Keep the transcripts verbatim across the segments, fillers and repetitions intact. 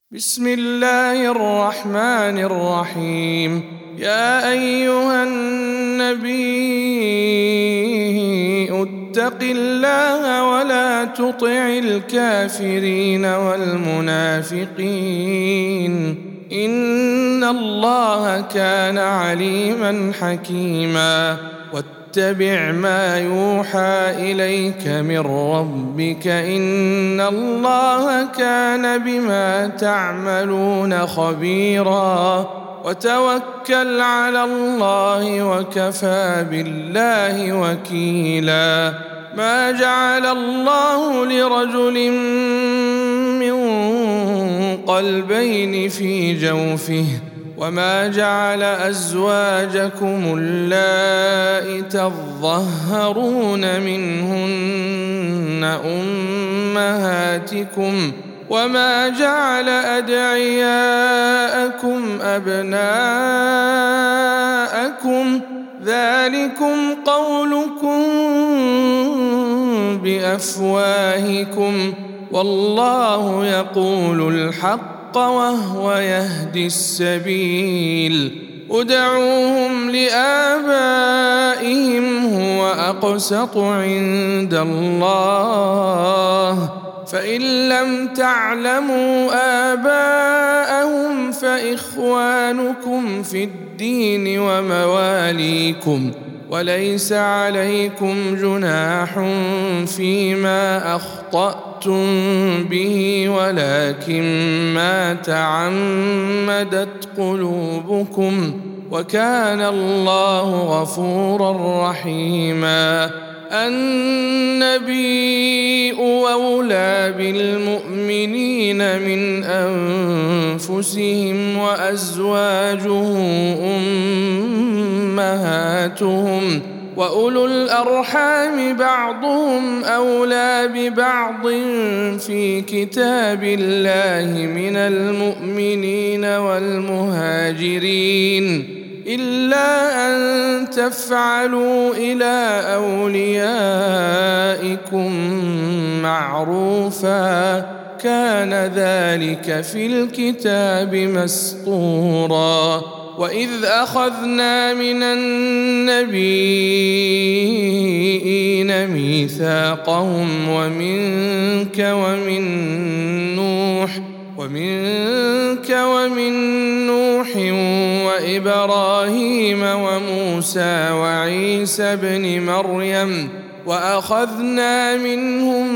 بسم الله الرحمن الرحيم. يا أيها النبي اتق الله ولا تطع الكافرين والمنافقين إن الله كان عليما حكيما. واتبع ما يوحى إليك من ربك إن الله كان بما تعملون خبيرا. وتوكل على الله وكفى بالله وكيلا. ما جعل الله لرجل من قلبين في جوفه وما جعل أزواجكم اللائي تظهرون منهن أمهاتكم وما جعل أدعياءكم أبناءكم ذلكم قولكم بأفواهكم والله يقول الحق وهو يهدي السبيل. ادعوهم لآبائهم هو أقسط عند الله فإن لم تعلموا آباءهم فإخوانكم في الدين ومواليكم وليس عليكم جناح فيما أخطأتم به ولكن ما تعمدت قلوبكم وكان الله غفورا رحيما. النبي أولى بالمؤمنين من أنفسهم وأزواجه أمهاتهم وأولو الأرحام بعضهم أولى ببعض في كتاب الله من المؤمنين والمهاجرين إلا أن تفعلوا إلى أوليائكم معروفا كان ذلك في الكتاب مسطورا. وإذ أخذنا من النبيين ميثاقهم ومنك ومن نوح ومنك ومن نوح وإبراهيم وموسى وعيسى ابن مريم وأخذنا منهم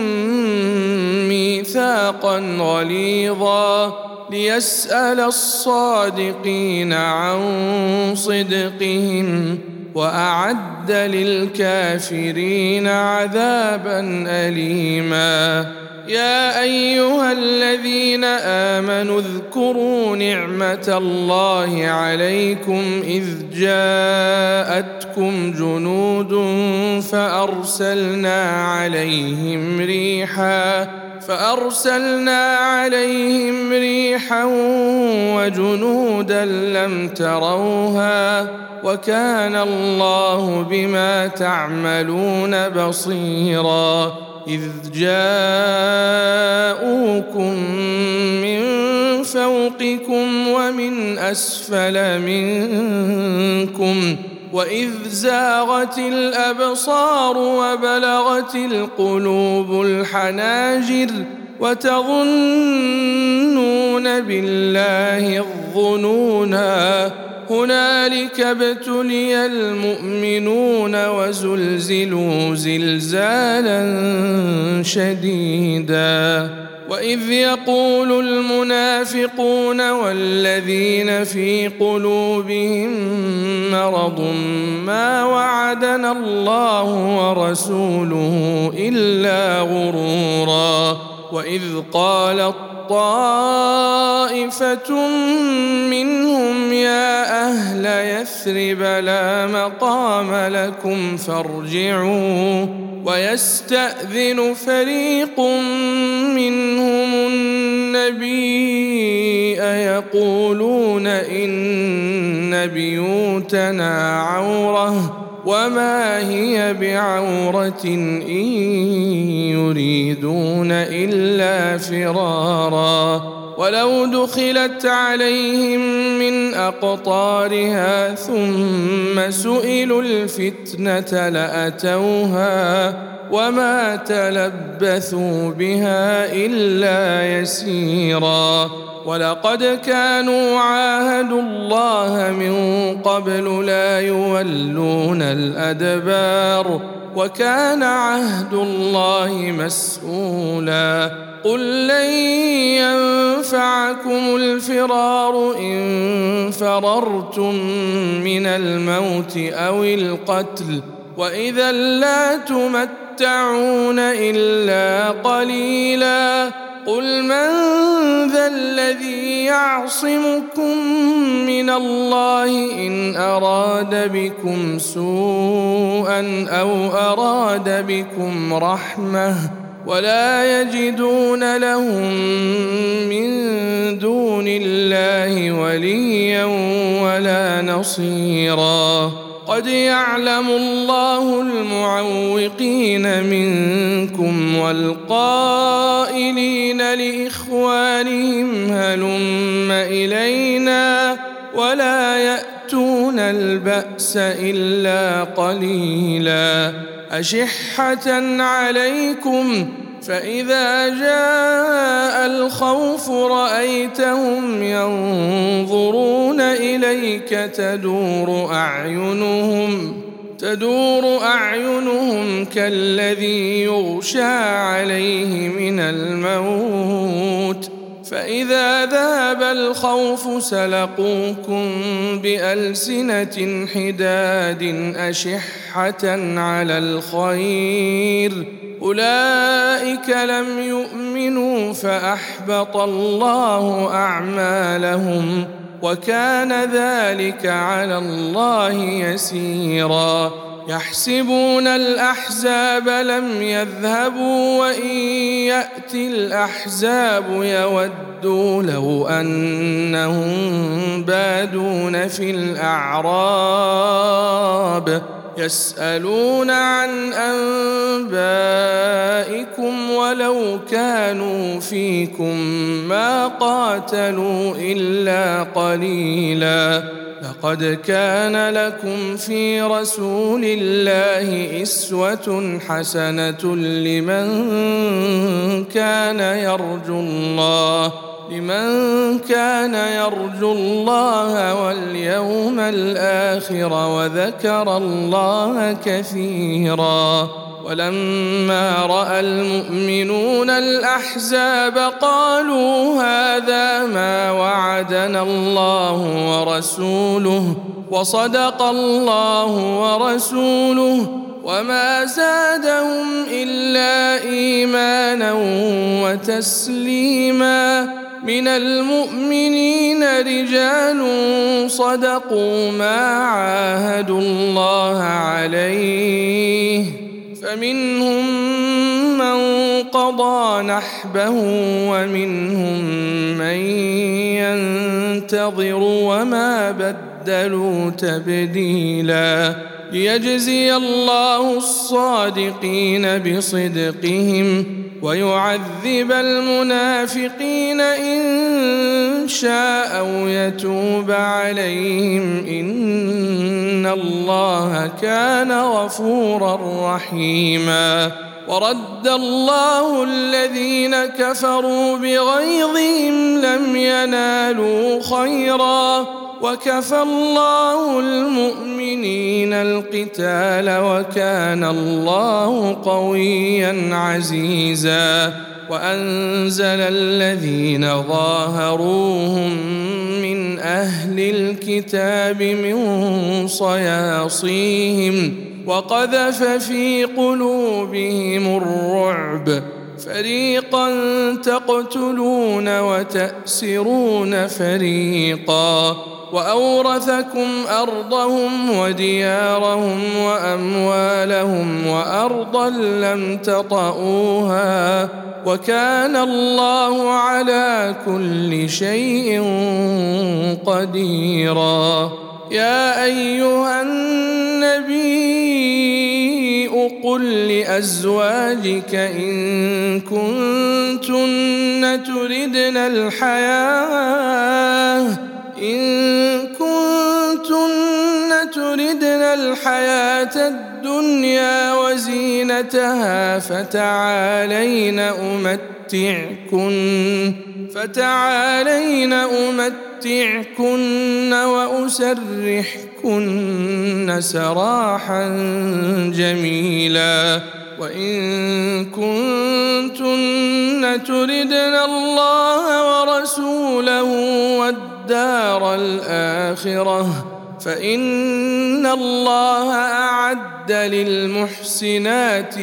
ميثاقا غليظا ليسأل الصادقين عن صدقهم وأعد للكافرين عذابا أليما. يا أيها الذين آمنوا اذكروا نعمة الله عليكم إذ جاءتكم جنود فأرسلنا عليهم ريحا فأرسلنا عليهم ريحا وجنودا لم تروها وكان الله بما تعملون بصيرا. إذ جاءوكم من فوقكم ومن أسفل منكم وإذ زاغت الأبصار وبلغت القلوب الحناجر وتظنون بالله الظنونا هنالك ابتلي المؤمنون وزلزلوا زلزالا شديدا. وإذ يقول المنافقون والذين في قلوبهم مرض ما وعدنا الله ورسوله إلا غرورا. وإذ قالت طائفة منهم يا أهل يثرب لا مقام لكم فارجعوا ويستأذن فريق منهم النبي يقولون إن بيوتنا عورة وما هي بعورة إن يريدون إلا فرارا ولو دخلت عليهم من أقطارها ثم سئلوا الفتنة لأتوها وما تلبثوا بها إلا يسيرا ولقد كانوا عاهدوا الله من قبل لا يولون الأدبار وكان عهد الله مسؤولا قل لن ينفعكم الفرار إن فررتم من الموت أو القتل وإذا لا تمتعون إلا قليلا قل من ذا الذي يعصمكم من الله إن أراد بكم سوءا أو أراد بكم رحمة ولا يجدون لهم من دون الله وليا ولا نصيرا قد يعلم الله المعوقين منكم والقائلين لإخوانهم هلم إلينا ولا يأتون البأس إلا قليلا أشحة عليكم فإذا جاء الخوف رأيتهم ينظرون إليك تدور أعينهم تدور أعينهم كالذي يغشى عليه من الموت فإذا ذهب الخوف سلقوكم بألسنة حداد أشحة على الخير أولئك لم يؤمنوا فأحبط الله أعمالهم وكان ذلك على الله يسيرا يحسبون الأحزاب لم يذهبوا وإن يأتي الأحزاب يودوا لو أنهم بادون في الأعراب يسألون عن أنبائكم ولو كانوا فيكم ما قاتلوا إلا قليلا لقد كان لكم في رسول الله أسوة حسنة لمن كان يرجو الله لمن كان يرجو الله واليوم الآخر وذكر الله كثيرا ولما رأى المؤمنون الأحزاب قالوا هذا ما وعدنا الله ورسوله وصدق الله ورسوله وما زادهم إلا إيمانا وتسليما من المؤمنين رجال صدقوا ما عاهدوا الله عليه فمنهم من قضى نحبه ومنهم من ينتظر وما بدلوا تبديلا ليجزي الله الصادقين بصدقهم ويعذب المنافقين إن شاء أو يتوب عليهم إن الله كان غفورا رحيما ورد الله الذين كفروا بغيظهم لم ينالوا خيرا وكفى الله المؤمنين القتال وكان الله قويا عزيزا وأنزل الذين ظاهروهم من أهل الكتاب من صياصيهم وقذف في قلوبهم الرعب فريقا تقتلون وتأسرون فريقا وأورثكم أرضهم وديارهم وأموالهم وأرضا لم تطئوها وكان الله على كل شيء قديرا يا أيها النبي قل لأزواجك إن كنتن كنتن تردن الحياة إن كنتن تردن الحياة الدنيا وزينتها فتعالين أمتعكن فتعالين أمتعكن وأسرحكن سراحا جميلا وإن كنتن تردن الله ورسوله والدار الآخرة فإن الله أعد للمحسنات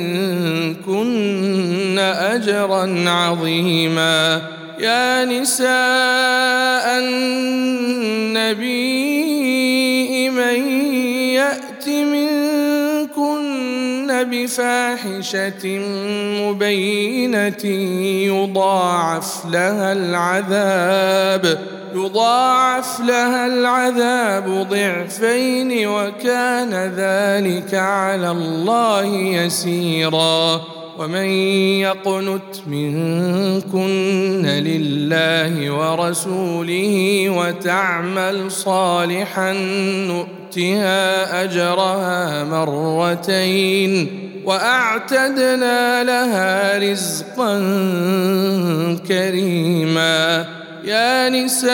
منكن أجرا عظيما يا نساء النبي من يأت منكن بفاحشة مبينة يضاعف لها العذاب يضاعف لها العذاب ضعفين وكان ذلك على الله يسيرا ومن يقنت منكن لله ورسوله وتعمل صالحا نؤتها أجرها مرتين وأعتدنا لها رزقا كريما يا نساء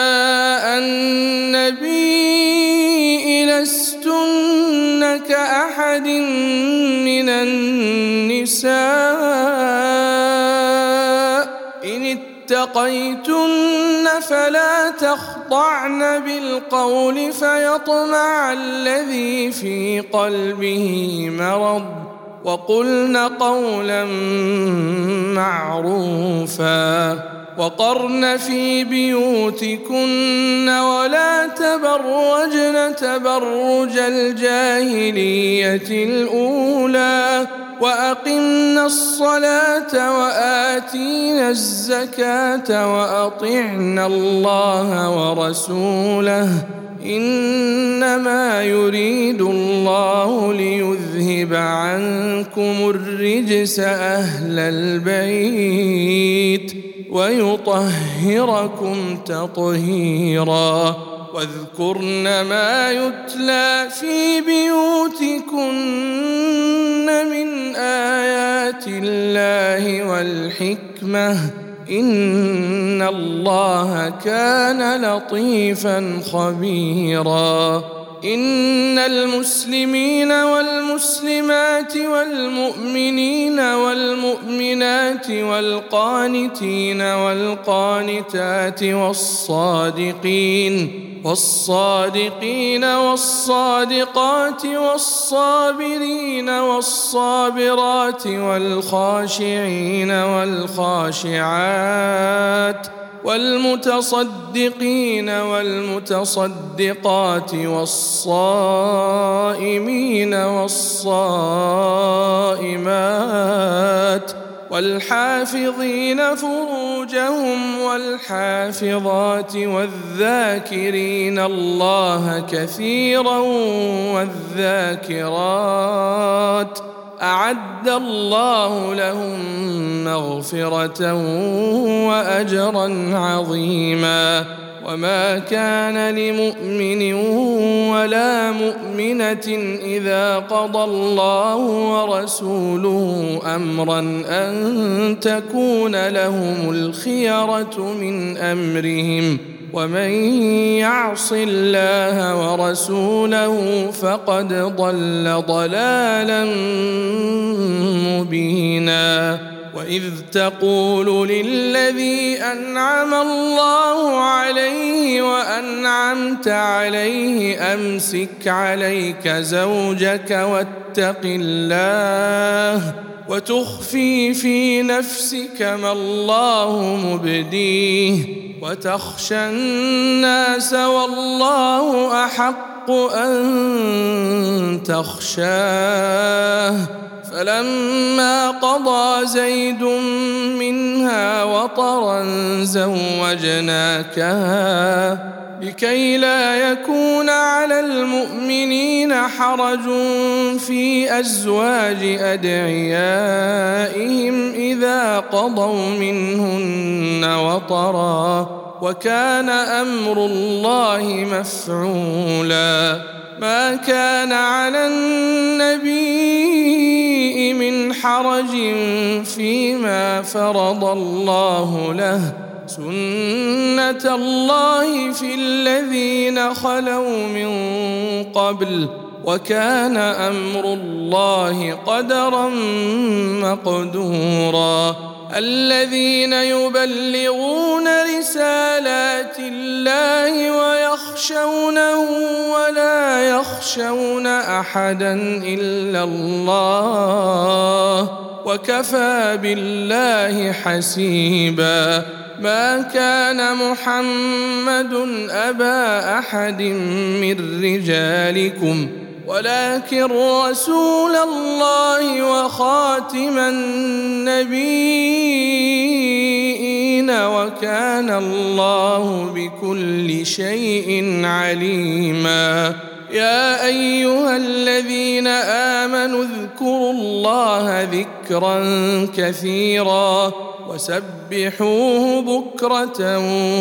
النبي لستن كأحد من النساء إن اتقيتن فلا تخضعن بالقول فيطمع الذي في قلبه مرض وقلن قولا معروفا وقرن في بيوتكن ولا تبرجن تبرج الجاهلية الأولى وأقمنا الصلاة وآتينا الزكاة وأطعنا الله ورسوله إنما يريد الله ليذهب عنكم الرجس أهل البيت ويطهركم تطهيرا واذكرن ما يتلى في بيوتكن من آيات الله والحكمة إن الله كان لطيفا خبيرا إن المسلمين والمسلمات والمؤمنين والمؤمنات والقانتين والقانتات والصادقين والصادقين والصادقات والصابرين والصابرات والخاشعين والخاشعات والمتصدقين والمتصدقات والصائمين والصائمات والحافظين فروجهم والحافظات والذاكرين الله كثيرا والذاكرات أعد الله لهم مغفرة وأجرا عظيما وما كان لمؤمن ولا مؤمنة إذا قضى الله ورسوله أمرا أن تكون لهم الخيرة من أمرهم ومن يعص الله ورسوله فقد ضل ضلالا مبينا وإذ تقول للذي أنعم الله عليه وأنعمت عليه أمسك عليك زوجك واتق الله وتخفي في نفسك ما الله مبديه وتخشى الناس والله أحق أن تخشاه فلما قضى زيد منها وطرا زوجناكها لكي لا يكون على المؤمنين حرج في أزواج أدعيائهم إذا قضوا منهن وطرا وكان أمر الله مفعولا ما كان على النبي من حرج فيما فرض الله له سنة الله في الذين خلوا من قبل وكان أمر الله قدرا مقدورا الذين يبلغون رسالات الله ويخشونه ولا يخشون أحدا إلا الله وكفى بالله حسيبا ما كان محمد أبا أحد من رجالكم ولكن رسول الله وخاتم النبيين وكان الله بكل شيء عليما يا أيها الذين آمنوا اذكروا الله ذكرا كثيرا وسبحوه بكرة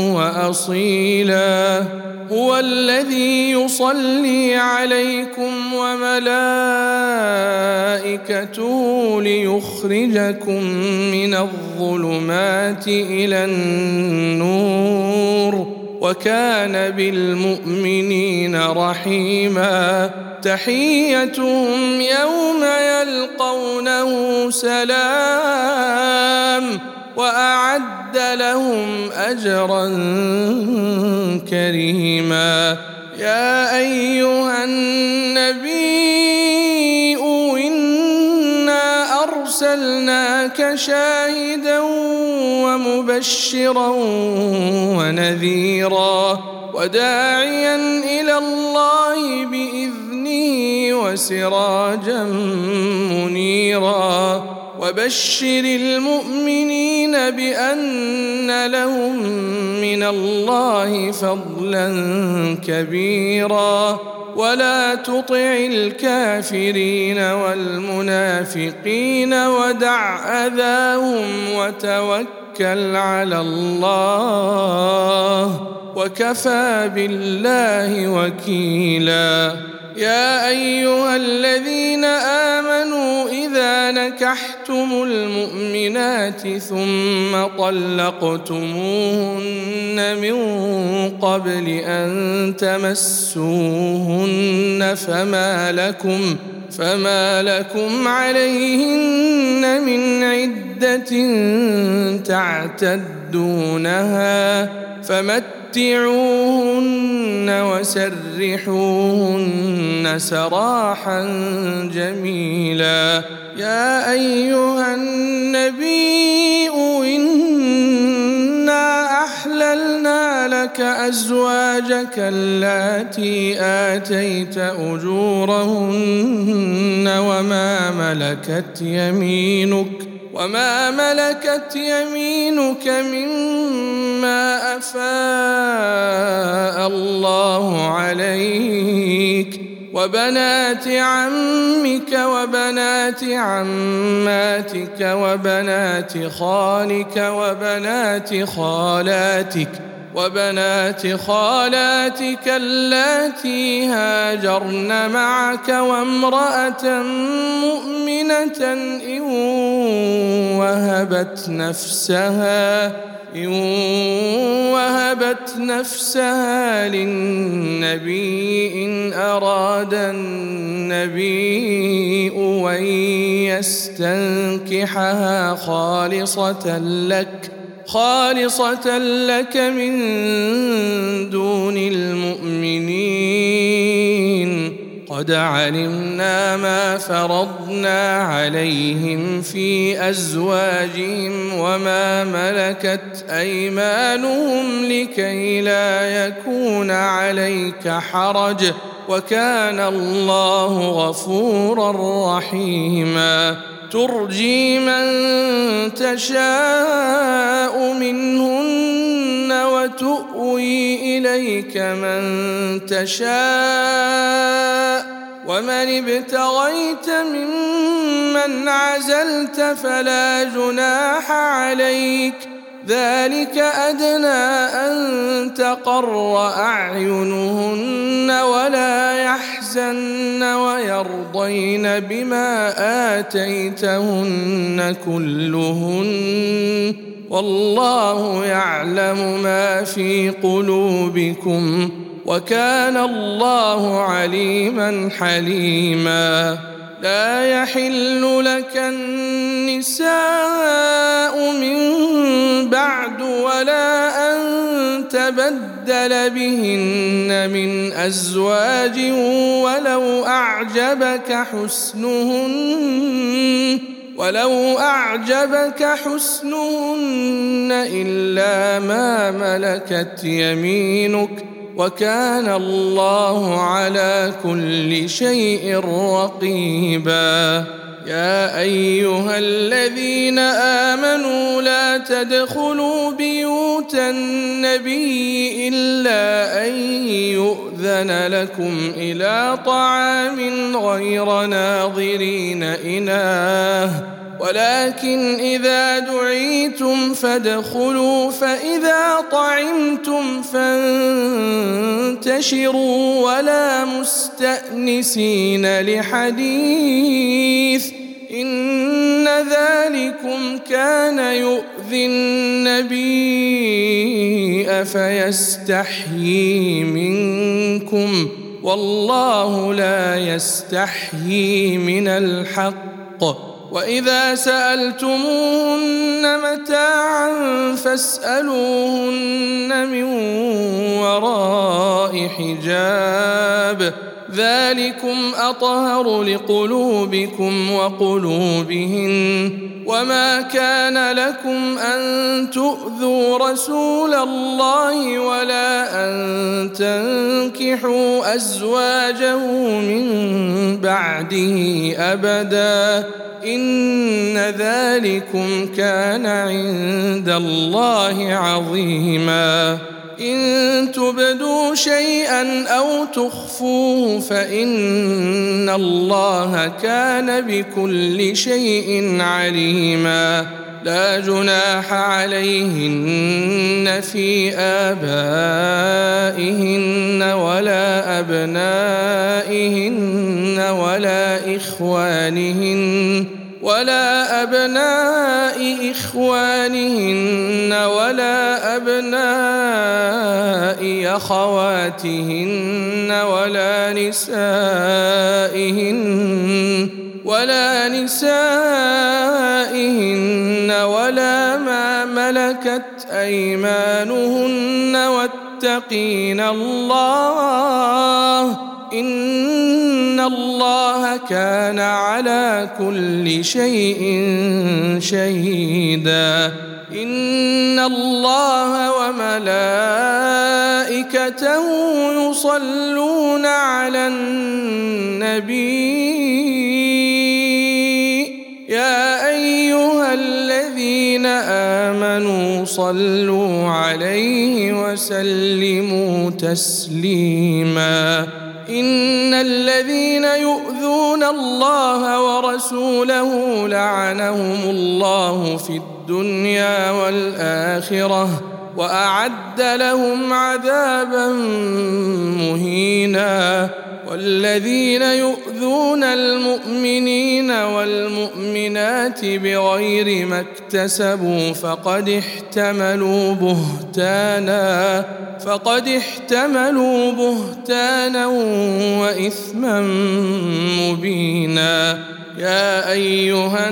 وأصيلا هو الذي يصلي عليكم وملائكته ليخرجكم من الظلمات إلى النور وكان بالمؤمنين رحيما تحيتهم يوم يلقونه سلام وأعد لهم أجرا كريما يا أيها النبي إنا أرسلناك شاهدا ومبشرا ونذيرا وداعيا إلى الله بإذنه وسراجا منيرا وبشر المؤمنين بأن لهم من الله فضلا كبيرا ولا تطع الكافرين والمنافقين ودع أذاهم وتوكل على الله وكفى بالله وكيلا يا أيها الذين آمنوا إذا نكحتم المؤمنات ثم طلقتموهن من قبل أن تمسوهن فما لكم فما لكم عليهن من عدة تعتدونها فمتعوهن وسرحوهن سراحا جميلا يا أيها النبي إنا أحللنا لك أزواجك اللاتي آتيت أجورهن وما ملكت يمينك وما ملكت يمينك مما أفاء الله عليك وبنات عمك وبنات عماتك وبنات خالك وبنات خالاتك وبنات خالاتك اللاتي هاجرن معك وامرأة مؤمنة إن وهبت نفسها إن وهبت نفسها للنبي إن أراد النبي أن يستنكحها خالصة لك خالصة لك من دون المؤمنين قد علمنا ما فرضنا عليهم في أزواجهم وما ملكت أيمانهم لكي لا يكون عليك حرج وكان الله غفورا رحيما ترجي من تشاء منهن وتؤوي إليك من تشاء ومن ابتغيت ممن عزلت فلا جناح عليك ذلك أدنى أن تقر أعينهن ولا يحزن ويرضين بما آتيتهن كلهن والله يعلم ما في قلوبكم وكان الله عليما حليما لا يحل لك النساء من بعد ولا أن تبدل بهن من أزواج ولو أعجبك حسنهن ولو أعجبك حسنهن إلا ما ملكت يمينك وكان الله على كل شيء رقيبا يا أيها الذين آمنوا لا تدخلوا بيوت النبي إلا أن يؤذن لكم إلى طعام غير ناظرين إناه ولكن إذا دعيتم فادخلوا فإذا طعمتم فانتشروا ولا مستأنسين لحديث إن ذلكم كان يؤذي النبي فيستحيي منكم والله لا يستحيي من الحق وإذا سألتموهن متاعا فاسألوهن من وراء حجاب ذلكم أطهر لقلوبكم وقلوبهن وما كان لكم أن تؤذوا رسول الله ولا أن تنكحوا أزواجه من بعده أبدا إن ذلكم كان عند الله عظيما إن تبدوا شيئا أو تخفوه فإن الله كان بكل شيء عليما لا جناح عليهن في آبائهن ولا أبنائهن ولا إخوانهن ولا أبناء إخوانهن ولا أبناء أخواتهن ولا نسائهن ولا نسائهن ولا ما ملكت أيمانهن واتقين الله إن الله كان على كل شيء شهيدا إن الله وملائكته يصلون على النبي يا أيها الذين آمنوا صلوا عليه وسلموا تسليما إن الذين يؤذون الله ورسوله لعنهم الله في الدنيا والآخرة وأعد لهم عذابا مهينا والذين يؤذون المؤمنين والمؤمنات بغير ما اكتسبوا فقد احتملوا بهتانا فقد احتملوا بهتانا وإثما مبينا يا أيها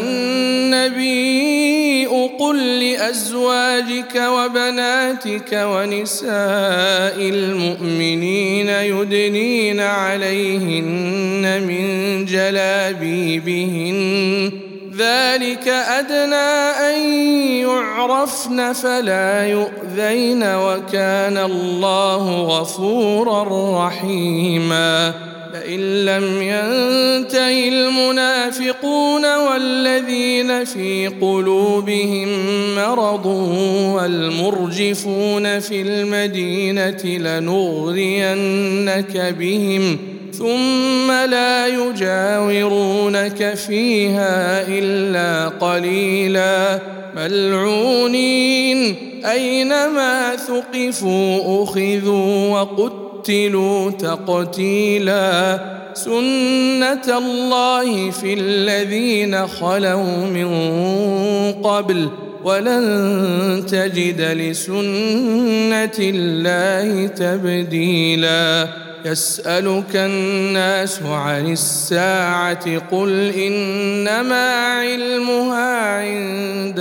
النبي قل لأزواجك وبناتك ونساء المؤمنين يدنين عليهن من جلابيبهن ذلك أدنى أن يعرفن فلا يؤذين وكان الله غفورا رحيما لئن لم ينته المنافقون والذين في قلوبهم مرض والمرجفون في المدينة لنغرينك بهم ثم لا يجاورونك فيها إلا قليلا ملعونين أينما ثقفوا أخذوا وقتلوا تقتيلا سنة الله في الذين خلوا من قبل ولن تجد لسنة الله تبديلا يسألك الناس عن الساعة قل إنما علمها عند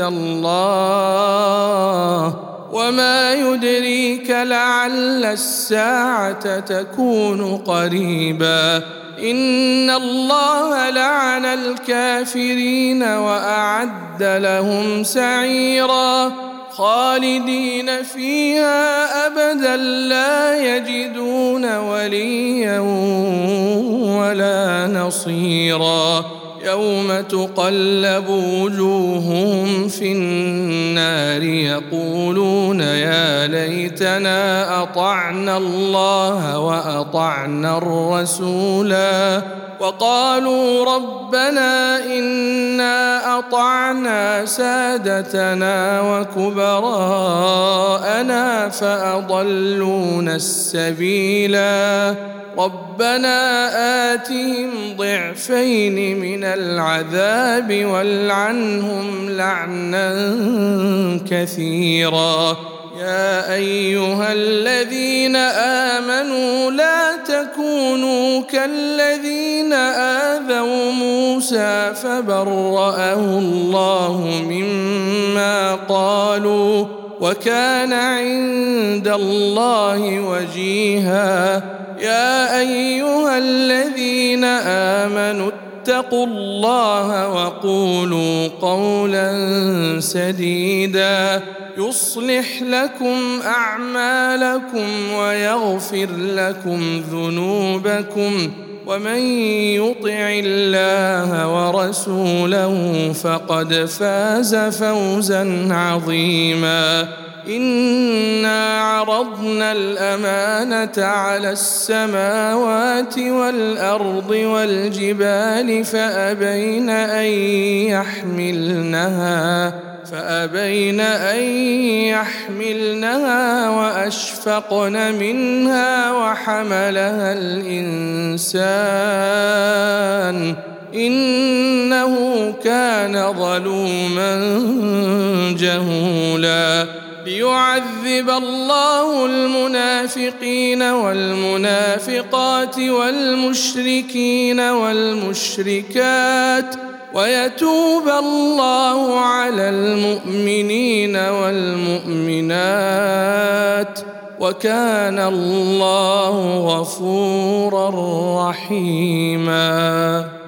الله وما يدريك لعل الساعة تكون قريبا إن الله لعن الكافرين وأعد لهم سعيرا خالدين فيها أبدا لا يجدون وليا ولا نصيرا يوم تقلب وجوههم في النار يقولون يا ليتنا أطعنا الله وأطعنا الرسولا وقالوا ربنا إنا أطعنا سادتنا وكبراءنا فأضلونا السبيلا ربنا آتهم ضعفين من العذاب والعنهم لعنا كثيرا يا أيها الذين آمنوا لا تكونوا كالذين آذوا موسى فبرأه الله مما قالوا وكان عند الله وجيها يا أيها الذين آمنوا اتقوا الله وقولوا قولا سديدا يصلح لكم أعمالكم ويغفر لكم ذنوبكم ومن يطع الله ورسوله فقد فاز فوزا عظيما إنا عرضنا الأمانة على السماوات والأرض والجبال فأبين أن يحملنها فأبين أن يحملنها وأشفقن منها وحملها الإنسان إنه كان ظلوما جهولا ليعذب الله المنافقين والمنافقات والمشركين والمشركات ويتوب الله على المؤمنين والمؤمنات وكان الله غفورا رحيما.